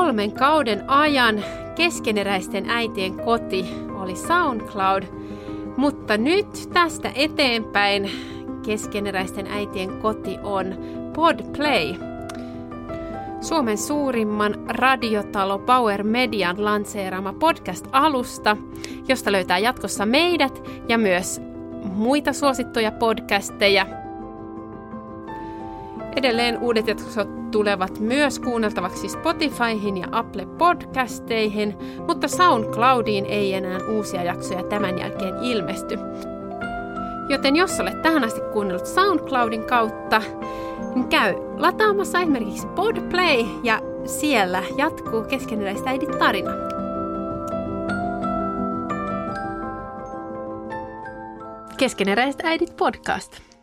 3 kauden ajan keskeneräisten äitien koti oli SoundCloud, mutta nyt tästä eteenpäin keskeneräisten äitien koti on Podplay. Suomen suurimman radiotalo Bauer Median lanseerama podcast-alusta, josta löytää jatkossa meidät ja myös muita suosittuja podcasteja. Edelleen uudet jaksot tulevat myös kuunneltavaksi Spotifyhin ja Apple Podcasteihin, mutta SoundCloudiin ei enää uusia jaksoja tämän jälkeen ilmesty. Joten jos olet tähän asti kuunnellut SoundCloudin kautta, niin käy lataamassa esimerkiksi Podplay ja siellä jatkuu Keskeneräiset äidit tarina. Keskeneräiset äidit podcast.